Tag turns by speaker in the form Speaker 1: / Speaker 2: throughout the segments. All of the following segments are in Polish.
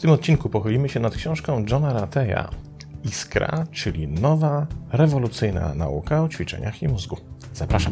Speaker 1: tym odcinku pochylimy się nad książką Johna Rateya Iskra, czyli nowa, rewolucyjna nauka o ćwiczeniach i mózgu. Zapraszam.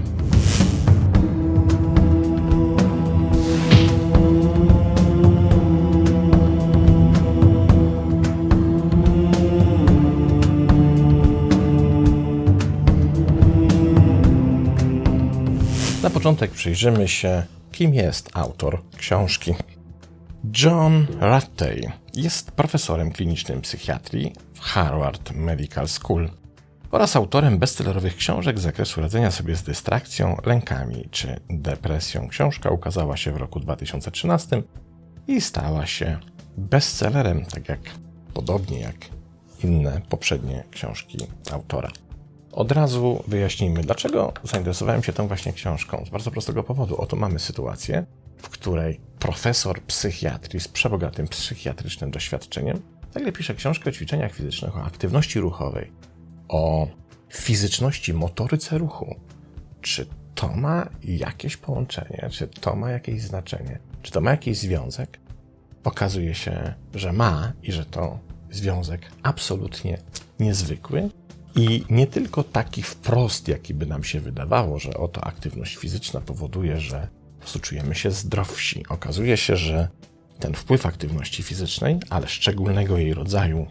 Speaker 1: Na początek przyjrzymy się, kim jest autor książki. John Ratey jest profesorem klinicznym psychiatrii w Harvard Medical School oraz autorem bestsellerowych książek z zakresu radzenia sobie z dystrakcją, lękami czy depresją. Książka ukazała się w roku 2013 i stała się bestsellerem, podobnie jak inne poprzednie książki autora. Od razu wyjaśnijmy, dlaczego zainteresowałem się tą właśnie książką. Z bardzo prostego powodu. Oto mamy sytuację, w której profesor psychiatrii z przebogatym psychiatrycznym doświadczeniem nagle pisze książkę o ćwiczeniach fizycznych, o aktywności ruchowej, o fizyczności, motoryce ruchu. Czy to ma jakieś połączenie? Czy to ma jakieś znaczenie? Czy to ma jakiś związek? Okazuje się, że ma i że to związek absolutnie niezwykły. I nie tylko taki wprost, jaki by nam się wydawało, że oto aktywność fizyczna powoduje, że po prostu czujemy się zdrowsi. Okazuje się, że ten wpływ aktywności fizycznej, ale szczególnego jej rodzaju,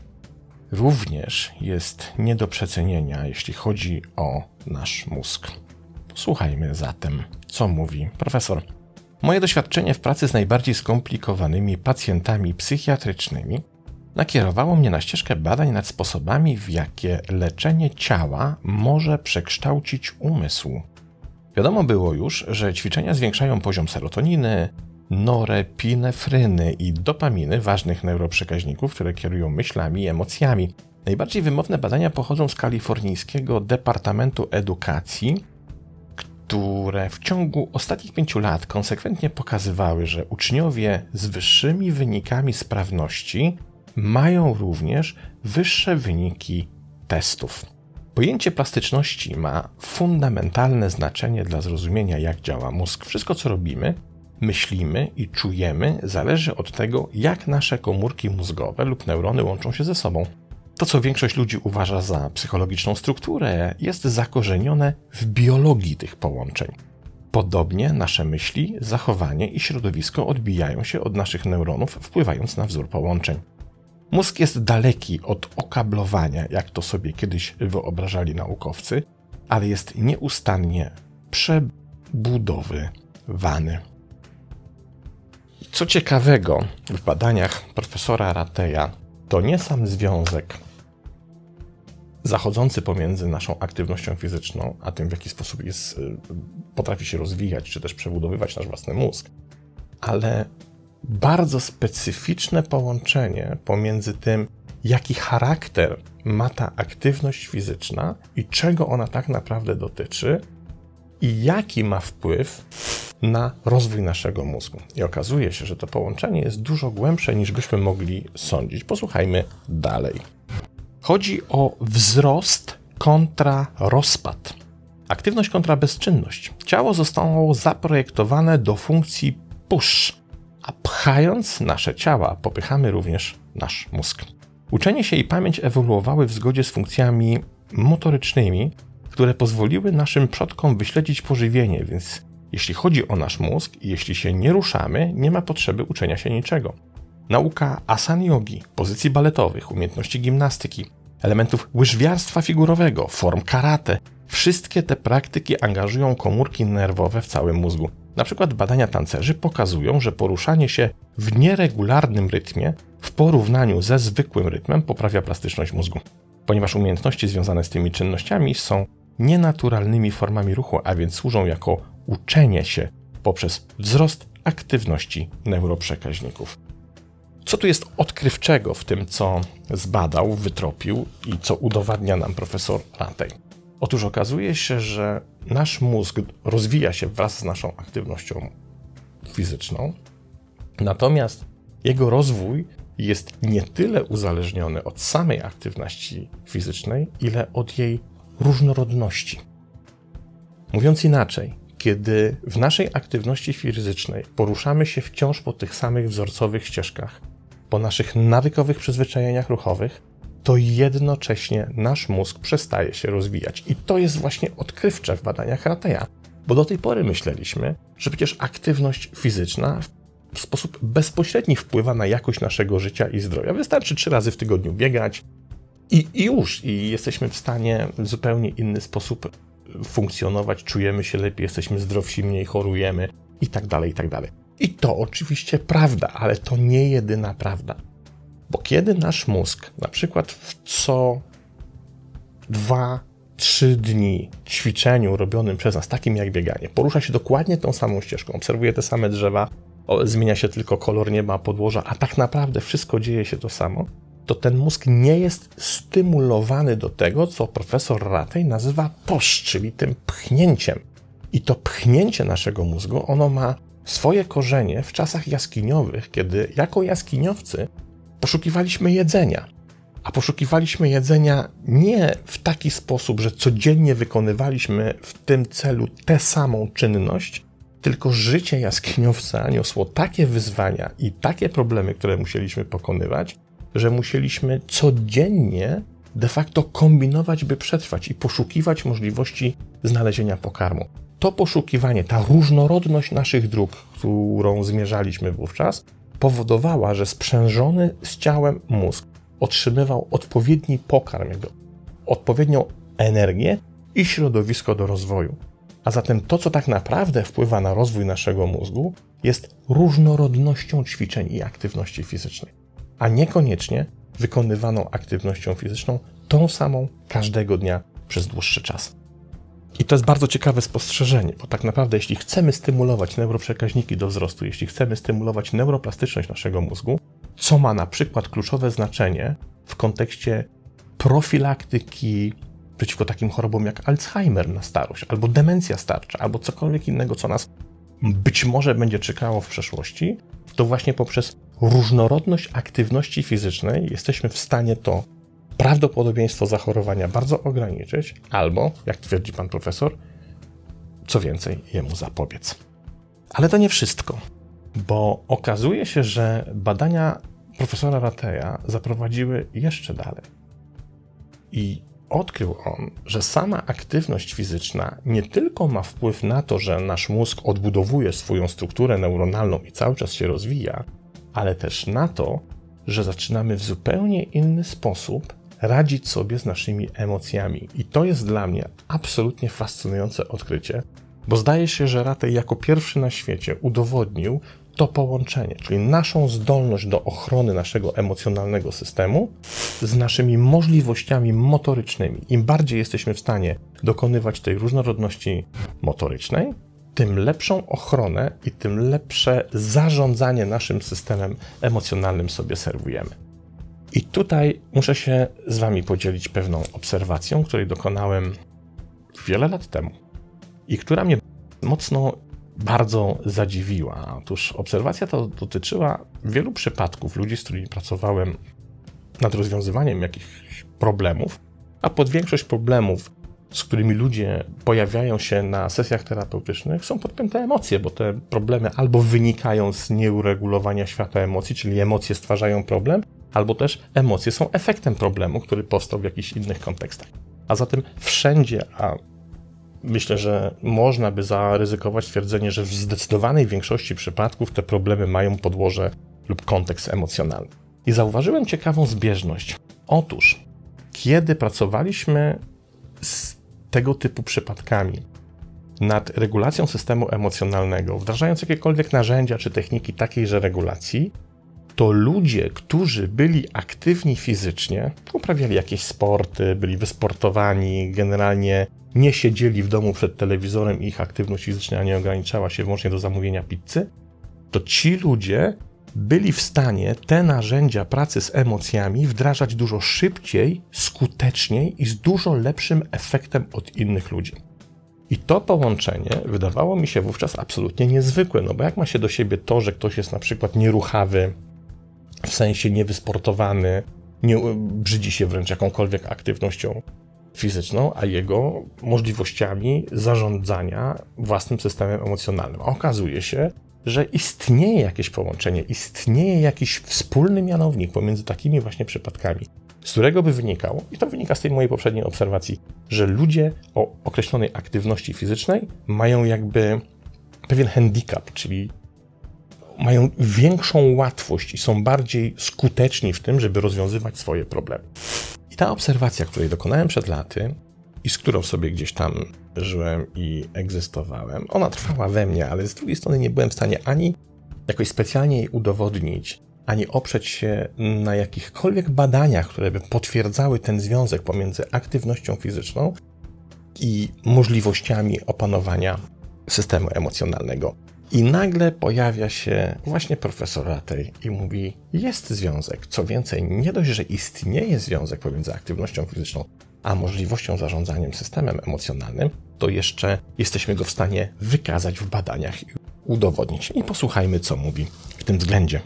Speaker 1: również jest nie do przecenienia, jeśli chodzi o nasz mózg. Posłuchajmy zatem, co mówi profesor. Moje doświadczenie w pracy z najbardziej skomplikowanymi pacjentami psychiatrycznymi nakierowało mnie na ścieżkę badań nad sposobami, w jakie leczenie ciała może przekształcić umysł. Wiadomo było już, że ćwiczenia zwiększają poziom serotoniny, norepinefryny i dopaminy, ważnych neuroprzekaźników, które kierują myślami i emocjami. Najbardziej wymowne badania pochodzą z kalifornijskiego Departamentu Edukacji, które w ciągu ostatnich 5 lat konsekwentnie pokazywały, że uczniowie z wyższymi wynikami sprawności mają również wyższe wyniki testów. Pojęcie plastyczności ma fundamentalne znaczenie dla zrozumienia, jak działa mózg. Wszystko, co robimy, myślimy i czujemy, zależy od tego, jak nasze komórki mózgowe lub neurony łączą się ze sobą. To, co większość ludzi uważa za psychologiczną strukturę, jest zakorzenione w biologii tych połączeń. Podobnie nasze myśli, zachowanie i środowisko odbijają się od naszych neuronów, wpływając na wzór połączeń. Mózg jest daleki od okablowania, jak to sobie kiedyś wyobrażali naukowcy, ale jest nieustannie przebudowywany. Co ciekawego, w badaniach profesora Rateya to nie sam związek zachodzący pomiędzy naszą aktywnością fizyczną, a tym, w jaki sposób potrafi się rozwijać, czy też przebudowywać nasz własny mózg, ale bardzo specyficzne połączenie pomiędzy tym, jaki charakter ma ta aktywność fizyczna i czego ona tak naprawdę dotyczy i jaki ma wpływ na rozwój naszego mózgu. I okazuje się, że to połączenie jest dużo głębsze, niż byśmy mogli sądzić. Posłuchajmy dalej. Chodzi o wzrost kontra rozpad. Aktywność kontra bezczynność. Ciało zostało zaprojektowane do funkcji push, a pchając nasze ciała, popychamy również nasz mózg. Uczenie się i pamięć ewoluowały w zgodzie z funkcjami motorycznymi, które pozwoliły naszym przodkom wyśledzić pożywienie, więc jeśli chodzi o nasz mózg i jeśli się nie ruszamy, nie ma potrzeby uczenia się niczego. Nauka asana jogi, pozycji baletowych, umiejętności gimnastyki, elementów łyżwiarstwa figurowego, form karate, wszystkie te praktyki angażują komórki nerwowe w całym mózgu. Na przykład badania tancerzy pokazują, że poruszanie się w nieregularnym rytmie w porównaniu ze zwykłym rytmem poprawia plastyczność mózgu, ponieważ umiejętności związane z tymi czynnościami są nienaturalnymi formami ruchu, a więc służą jako uczenie się poprzez wzrost aktywności neuroprzekaźników. Co tu jest odkrywczego w tym, co zbadał, wytropił i co udowadnia nam profesor Ratey? Otóż okazuje się, że nasz mózg rozwija się wraz z naszą aktywnością fizyczną, natomiast jego rozwój jest nie tyle uzależniony od samej aktywności fizycznej, ile od jej różnorodności. Mówiąc inaczej, kiedy w naszej aktywności fizycznej poruszamy się wciąż po tych samych wzorcowych ścieżkach, po naszych nawykowych przyzwyczajeniach ruchowych, to jednocześnie nasz mózg przestaje się rozwijać. I to jest właśnie odkrywcze w badaniach Rateya, bo do tej pory myśleliśmy, że przecież aktywność fizyczna w sposób bezpośredni wpływa na jakość naszego życia i zdrowia. Wystarczy 3 razy w tygodniu biegać i jesteśmy w stanie w zupełnie inny sposób funkcjonować, czujemy się lepiej, jesteśmy zdrowsi, mniej chorujemy i tak dalej, i tak dalej. I to oczywiście prawda, ale to nie jedyna prawda. Bo kiedy nasz mózg, na przykład w co 2-3 dni ćwiczeniu robionym przez nas, takim jak bieganie, porusza się dokładnie tą samą ścieżką, obserwuje te same drzewa, zmienia się tylko kolor nieba, podłoża, a tak naprawdę wszystko dzieje się to samo, to ten mózg nie jest stymulowany do tego, co profesor Ratey nazywa push, czyli tym pchnięciem. I to pchnięcie naszego mózgu, ono ma swoje korzenie w czasach jaskiniowych, kiedy jako jaskiniowcy poszukiwaliśmy jedzenia. A poszukiwaliśmy jedzenia nie w taki sposób, że codziennie wykonywaliśmy w tym celu tę samą czynność, tylko życie jaskiniowca niosło takie wyzwania i takie problemy, które musieliśmy pokonywać, że musieliśmy codziennie de facto kombinować, by przetrwać i poszukiwać możliwości znalezienia pokarmu. To poszukiwanie, ta różnorodność naszych dróg, którą zmierzaliśmy wówczas, powodowała, że sprzężony z ciałem mózg otrzymywał odpowiedni pokarm, odpowiednią energię i środowisko do rozwoju. A zatem to, co tak naprawdę wpływa na rozwój naszego mózgu, jest różnorodnością ćwiczeń i aktywności fizycznej, a niekoniecznie wykonywaną aktywnością fizyczną tą samą każdego dnia przez dłuższy czas. I to jest bardzo ciekawe spostrzeżenie, bo tak naprawdę jeśli chcemy stymulować neuroprzekaźniki do wzrostu, jeśli chcemy stymulować neuroplastyczność naszego mózgu, co ma na przykład kluczowe znaczenie w kontekście profilaktyki przeciwko takim chorobom jak Alzheimer na starość, albo demencja starcza, albo cokolwiek innego, co nas być może będzie czekało w przyszłości, to właśnie poprzez różnorodność aktywności fizycznej jesteśmy w stanie to prawdopodobieństwo zachorowania bardzo ograniczyć, albo, jak twierdzi pan profesor, co więcej, jemu zapobiec. Ale to nie wszystko, bo okazuje się, że badania profesora Rateya zaprowadziły jeszcze dalej. I odkrył on, że sama aktywność fizyczna nie tylko ma wpływ na to, że nasz mózg odbudowuje swoją strukturę neuronalną i cały czas się rozwija, ale też na to, że zaczynamy w zupełnie inny sposób radzić sobie z naszymi emocjami. I to jest dla mnie absolutnie fascynujące odkrycie, bo zdaje się, że Ratey jako pierwszy na świecie udowodnił to połączenie, czyli naszą zdolność do ochrony naszego emocjonalnego systemu z naszymi możliwościami motorycznymi. Im bardziej jesteśmy w stanie dokonywać tej różnorodności motorycznej, tym lepszą ochronę i tym lepsze zarządzanie naszym systemem emocjonalnym sobie serwujemy. I tutaj muszę się z wami podzielić pewną obserwacją, której dokonałem wiele lat temu i która mnie bardzo zadziwiła. Otóż obserwacja ta dotyczyła wielu przypadków ludzi, z którymi pracowałem nad rozwiązywaniem jakichś problemów, a pod większość problemów, z którymi ludzie pojawiają się na sesjach terapeutycznych, są podpięte emocje, bo te problemy albo wynikają z nieuregulowania świata emocji, czyli emocje stwarzają problem, albo też emocje są efektem problemu, który powstał w jakichś innych kontekstach. A zatem wszędzie, a myślę, że można by zaryzykować twierdzenie, że w zdecydowanej większości przypadków te problemy mają podłoże lub kontekst emocjonalny. I zauważyłem ciekawą zbieżność. Otóż, kiedy pracowaliśmy z tego typu przypadkami nad regulacją systemu emocjonalnego, wdrażając jakiekolwiek narzędzia czy techniki takiejże regulacji, to ludzie, którzy byli aktywni fizycznie, uprawiali jakieś sporty, byli wysportowani, generalnie nie siedzieli w domu przed telewizorem i ich aktywność fizyczna nie ograniczała się wyłącznie do zamówienia pizzy, to ci ludzie byli w stanie te narzędzia pracy z emocjami wdrażać dużo szybciej, skuteczniej i z dużo lepszym efektem od innych ludzi. I to połączenie wydawało mi się wówczas absolutnie niezwykłe, no bo jak ma się do siebie to, że ktoś jest na przykład nieruchawy, w sensie niewysportowany, nie brzydzi się wręcz jakąkolwiek aktywnością fizyczną, a jego możliwościami zarządzania własnym systemem emocjonalnym. A okazuje się, że istnieje jakieś połączenie, istnieje jakiś wspólny mianownik pomiędzy takimi właśnie przypadkami, z którego by wynikało, i to wynika z tej mojej poprzedniej obserwacji, że ludzie o określonej aktywności fizycznej mają jakby pewien handicap, czyli mają większą łatwość i są bardziej skuteczni w tym, żeby rozwiązywać swoje problemy. I ta obserwacja, której dokonałem przed laty i z którą sobie gdzieś tam żyłem i egzystowałem, ona trwała we mnie, ale z drugiej strony nie byłem w stanie ani jakoś specjalnie jej udowodnić, ani oprzeć się na jakichkolwiek badaniach, które by potwierdzały ten związek pomiędzy aktywnością fizyczną i możliwościami opanowania systemu emocjonalnego. I nagle pojawia się właśnie profesor Ratey i mówi, jest związek. Co więcej, nie dość, że istnieje związek pomiędzy aktywnością fizyczną a możliwością zarządzaniem systemem emocjonalnym, to jeszcze jesteśmy go w stanie wykazać w badaniach i udowodnić. I posłuchajmy, co mówi w tym względzie.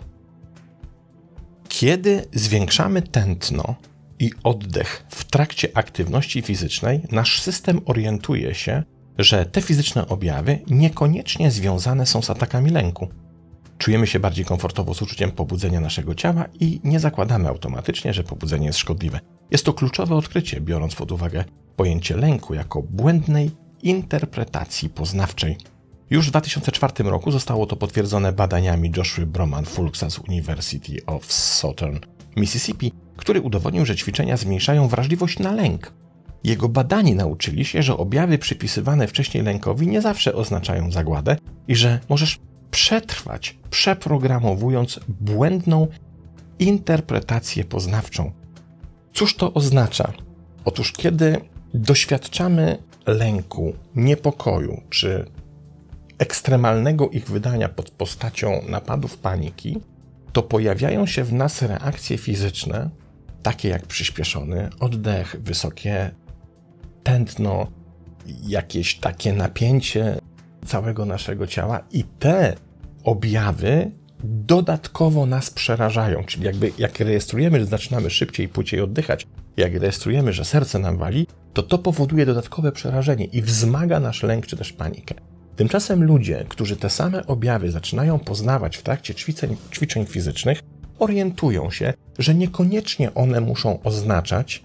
Speaker 1: Kiedy zwiększamy tętno i oddech w trakcie aktywności fizycznej, nasz system orientuje się, że te fizyczne objawy niekoniecznie związane są z atakami lęku. Czujemy się bardziej komfortowo z uczuciem pobudzenia naszego ciała i nie zakładamy automatycznie, że pobudzenie jest szkodliwe. Jest to kluczowe odkrycie, biorąc pod uwagę pojęcie lęku jako błędnej interpretacji poznawczej. Już w 2004 roku zostało to potwierdzone badaniami Joshua Broman-Fulksa z University of Southern Mississippi, który udowodnił, że ćwiczenia zmniejszają wrażliwość na lęk. Jego badani nauczyli się, że objawy przypisywane wcześniej lękowi nie zawsze oznaczają zagładę i że możesz przetrwać, przeprogramowując błędną interpretację poznawczą. Cóż to oznacza? Otóż kiedy doświadczamy lęku, niepokoju czy ekstremalnego ich wydania pod postacią napadów paniki, to pojawiają się w nas reakcje fizyczne, takie jak przyspieszony oddech, wysokie tętno, jakieś takie napięcie całego naszego ciała i te objawy dodatkowo nas przerażają, czyli jakby jak rejestrujemy, że zaczynamy szybciej i płyciej oddychać, jak rejestrujemy, że serce nam wali, to powoduje dodatkowe przerażenie i wzmaga nasz lęk czy też panikę. Tymczasem ludzie, którzy te same objawy zaczynają poznawać w trakcie ćwiczeń fizycznych, orientują się, że niekoniecznie one muszą oznaczać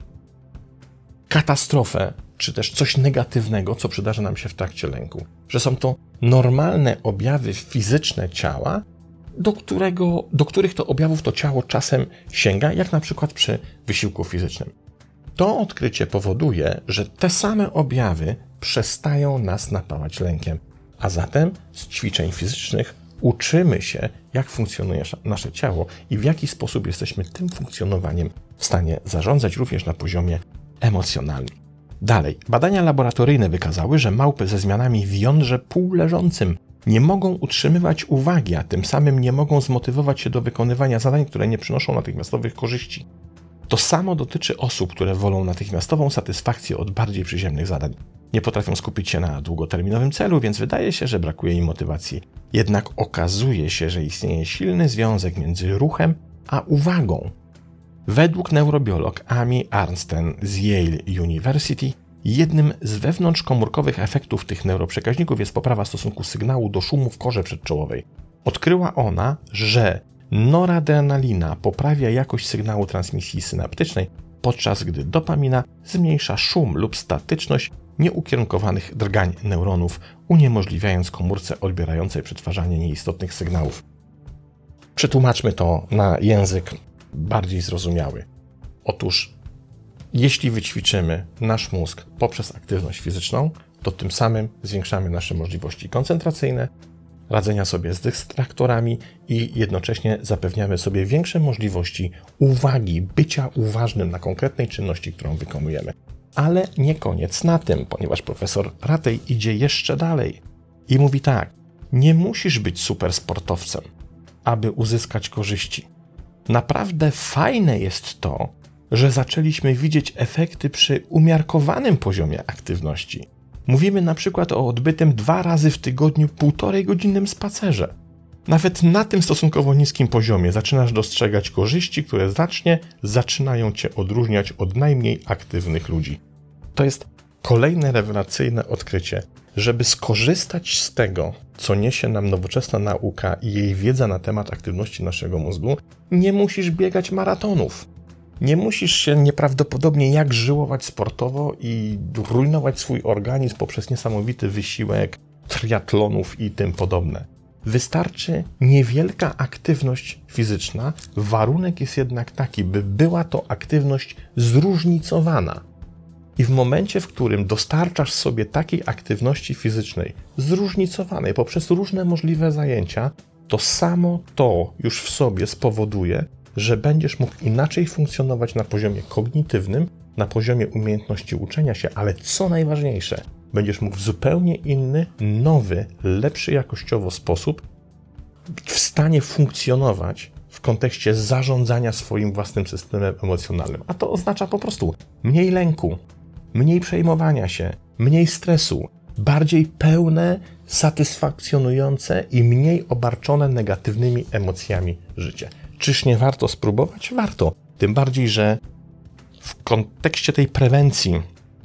Speaker 1: katastrofę, czy też coś negatywnego, co przydarza nam się w trakcie lęku. Że są to normalne objawy fizyczne ciała, do których to objawów to ciało czasem sięga, jak na przykład przy wysiłku fizycznym. To odkrycie powoduje, że te same objawy przestają nas napawać lękiem, a zatem z ćwiczeń fizycznych uczymy się, jak funkcjonuje nasze ciało i w jaki sposób jesteśmy tym funkcjonowaniem w stanie zarządzać również na poziomie emocjonalnym. Dalej, badania laboratoryjne wykazały, że małpy ze zmianami w jądrze półleżącym nie mogą utrzymywać uwagi, a tym samym nie mogą zmotywować się do wykonywania zadań, które nie przynoszą natychmiastowych korzyści. To samo dotyczy osób, które wolą natychmiastową satysfakcję od bardziej przyziemnych zadań. Nie potrafią skupić się na długoterminowym celu, więc wydaje się, że brakuje im motywacji. Jednak okazuje się, że istnieje silny związek między ruchem a uwagą. Według neurobiolog Amy Arnsten z Yale University, jednym z wewnątrzkomórkowych efektów tych neuroprzekaźników jest poprawa stosunku sygnału do szumu w korze przedczołowej. Odkryła ona, że noradrenalina poprawia jakość sygnału transmisji synaptycznej, podczas gdy dopamina zmniejsza szum lub statyczność nieukierunkowanych drgań neuronów, uniemożliwiając komórce odbierającej przetwarzanie nieistotnych sygnałów. Przetłumaczmy to na język bardziej zrozumiały. Otóż, jeśli wyćwiczymy nasz mózg poprzez aktywność fizyczną, to tym samym zwiększamy nasze możliwości koncentracyjne, radzenia sobie z dystraktorami i jednocześnie zapewniamy sobie większe możliwości uwagi, bycia uważnym na konkretnej czynności, którą wykonujemy. Ale nie koniec na tym, ponieważ profesor Ratey idzie jeszcze dalej i mówi tak: nie musisz być super sportowcem, aby uzyskać korzyści. Naprawdę fajne jest to, że zaczęliśmy widzieć efekty przy umiarkowanym poziomie aktywności. Mówimy na przykład o odbytym 2 razy w tygodniu 1,5-godzinnym spacerze. Nawet na tym stosunkowo niskim poziomie zaczynasz dostrzegać korzyści, które zaczynają cię odróżniać od najmniej aktywnych ludzi. To jest kolejne rewelacyjne odkrycie, żeby skorzystać z tego, co niesie nam nowoczesna nauka i jej wiedza na temat aktywności naszego mózgu, nie musisz biegać maratonów. Nie musisz się nieprawdopodobnie jak żyłować sportowo i rujnować swój organizm poprzez niesamowity wysiłek, triatlonów i tym podobne. Wystarczy niewielka aktywność fizyczna. Warunek jest jednak taki, by była to aktywność zróżnicowana. I w momencie, w którym dostarczasz sobie takiej aktywności fizycznej zróżnicowanej poprzez różne możliwe zajęcia, to samo to już w sobie spowoduje, że będziesz mógł inaczej funkcjonować na poziomie kognitywnym, na poziomie umiejętności uczenia się, ale co najważniejsze, będziesz mógł w zupełnie inny, nowy, lepszy jakościowo sposób w stanie funkcjonować w kontekście zarządzania swoim własnym systemem emocjonalnym. A to oznacza po prostu mniej lęku, mniej przejmowania się, mniej stresu, bardziej pełne, satysfakcjonujące i mniej obarczone negatywnymi emocjami życie. Czyż nie warto spróbować? Warto. Tym bardziej, że w kontekście tej prewencji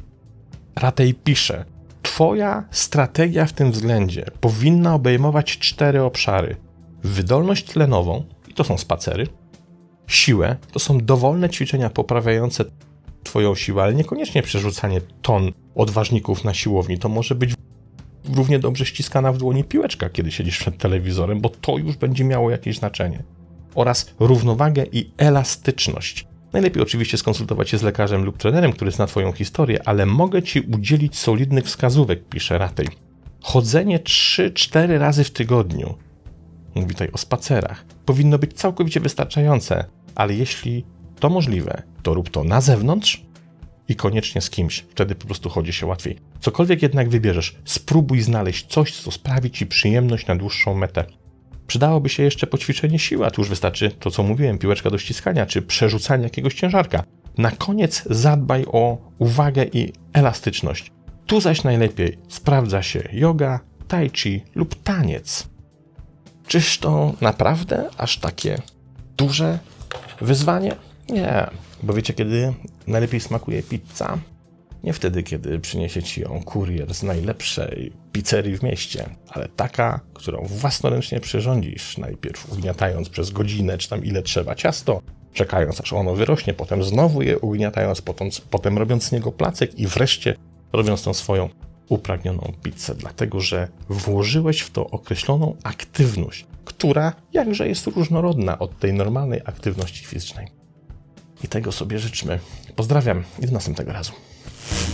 Speaker 1: Ratej pisze: Twoja strategia w tym względzie powinna obejmować 4 obszary. Wydolność tlenową, i to są spacery, siłę, to są dowolne ćwiczenia poprawiające Twoją siłę, ale niekoniecznie przerzucanie ton odważników na siłowni. To może być równie dobrze ściskana w dłoni piłeczka, kiedy siedzisz przed telewizorem, bo to już będzie miało jakieś znaczenie. Oraz równowagę i elastyczność. Najlepiej oczywiście skonsultować się z lekarzem lub trenerem, który zna Twoją historię, ale mogę Ci udzielić solidnych wskazówek, pisze Ratej. Chodzenie 3-4 razy w tygodniu, mówi tutaj o spacerach, powinno być całkowicie wystarczające, ale jeśli to możliwe, to rób to na zewnątrz i koniecznie z kimś. Wtedy po prostu chodzi się łatwiej. Cokolwiek jednak wybierzesz, spróbuj znaleźć coś, co sprawi Ci przyjemność na dłuższą metę. Przydałoby się jeszcze poćwiczenie siły, a tu już wystarczy to, co mówiłem, piłeczka do ściskania, czy przerzucanie jakiegoś ciężarka. Na koniec zadbaj o uwagę i elastyczność. Tu zaś najlepiej sprawdza się joga, tai chi lub taniec. Czyż to naprawdę aż takie duże wyzwanie? Nie, bo wiecie, kiedy najlepiej smakuje pizza? Nie wtedy, kiedy przyniesie Ci ją kurier z najlepszej pizzerii w mieście, ale taka, którą własnoręcznie przyrządzisz, najpierw ugniatając przez godzinę, czy tam ile trzeba ciasto, czekając aż ono wyrośnie, potem znowu je ugniatając, potem robiąc z niego placek i wreszcie robiąc tą swoją upragnioną pizzę, dlatego że włożyłeś w to określoną aktywność, która jakże jest różnorodna od tej normalnej aktywności fizycznej. I tego sobie życzmy. Pozdrawiam i do następnego razu.